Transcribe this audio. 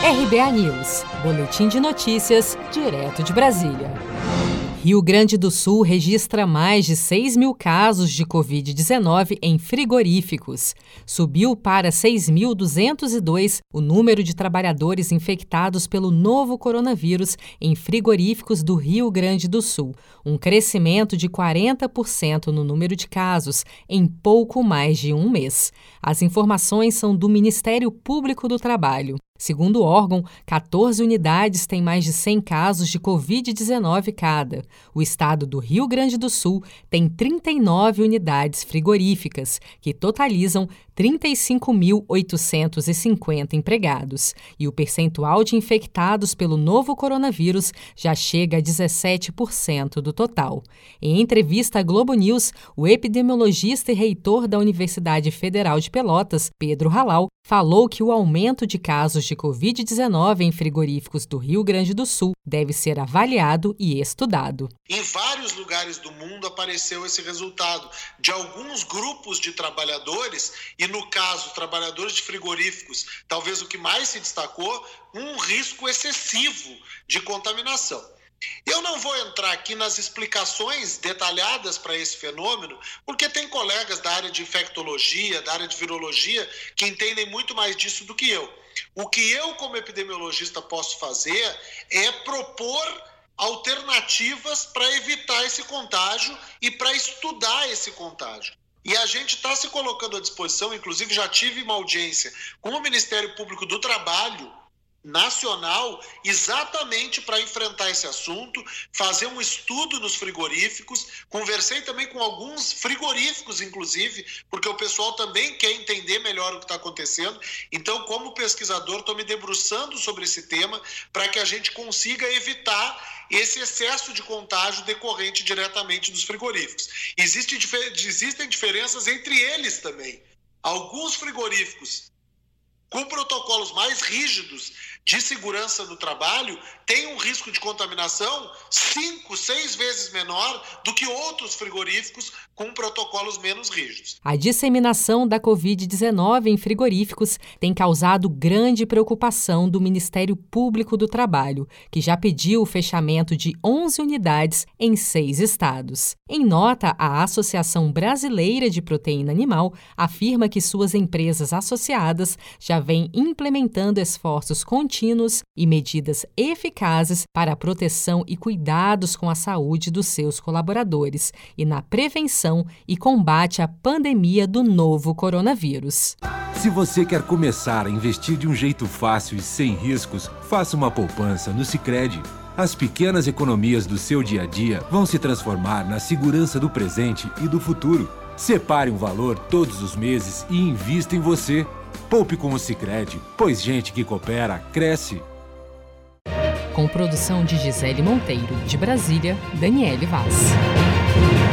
RBA News, boletim de notícias, direto de Brasília. Rio Grande do Sul registra mais de 6 mil casos de Covid-19 em frigoríficos. Subiu para 6.202 o número de trabalhadores infectados pelo novo coronavírus em frigoríficos do Rio Grande do Sul, um crescimento de 40% no número de casos em pouco mais de um mês. As informações são do Ministério Público do Trabalho. Segundo o órgão, 14 unidades têm mais de 100 casos de Covid-19 cada. O estado do Rio Grande do Sul tem 39 unidades frigoríficas, que totalizam 35.850 empregados. E o percentual de infectados pelo novo coronavírus já chega a 17% do total. Em entrevista à Globo News, o epidemiologista e reitor da Universidade Federal de Pelotas, Pedro Halal, falou que o aumento de casos de Covid-19 em frigoríficos do Rio Grande do Sul deve ser avaliado e estudado. Em vários lugares do mundo apareceu esse resultado de alguns grupos de trabalhadores e, no caso, trabalhadores de frigoríficos, talvez o que mais se destacou, um risco excessivo de contaminação. Eu não vou entrar aqui nas explicações detalhadas para esse fenômeno, porque tem colegas da área de infectologia, da área de virologia, que entendem muito mais disso do que eu. O que eu, como epidemiologista, posso fazer é propor alternativas para evitar esse contágio e para estudar esse contágio. E a gente está se colocando à disposição, inclusive já tive uma audiência com o Ministério Público do Trabalho nacional, exatamente para enfrentar esse assunto, fazer um estudo nos frigoríficos. Conversei também com alguns frigoríficos, inclusive, porque o pessoal também quer entender melhor o que está acontecendo. Então, como pesquisador, estou me debruçando sobre esse tema para que a gente consiga evitar esse excesso de contágio decorrente diretamente dos frigoríficos. Existem diferenças entre eles também. Alguns frigoríficos com protocolos mais rígidos de segurança no trabalho, tem um risco de contaminação 5, 6 vezes menor do que outros frigoríficos com protocolos menos rígidos. A disseminação da Covid-19 em frigoríficos tem causado grande preocupação do Ministério Público do Trabalho, que já pediu o fechamento de 11 unidades em 6 estados. Em nota, a Associação Brasileira de Proteína Animal afirma que suas empresas associadas já vêm implementando esforços contínuos e medidas eficazes para a proteção e cuidados com a saúde dos seus colaboradores e na prevenção e combate à pandemia do novo coronavírus. Se você quer começar a investir de um jeito fácil e sem riscos, faça uma poupança no Sicredi. As pequenas economias do seu dia a dia vão se transformar na segurança do presente e do futuro. Separe um valor todos os meses e invista em você. Poupe com o Sicredi, pois gente que coopera, cresce. Com produção de Gisele Monteiro, de Brasília, Daniele Vaz.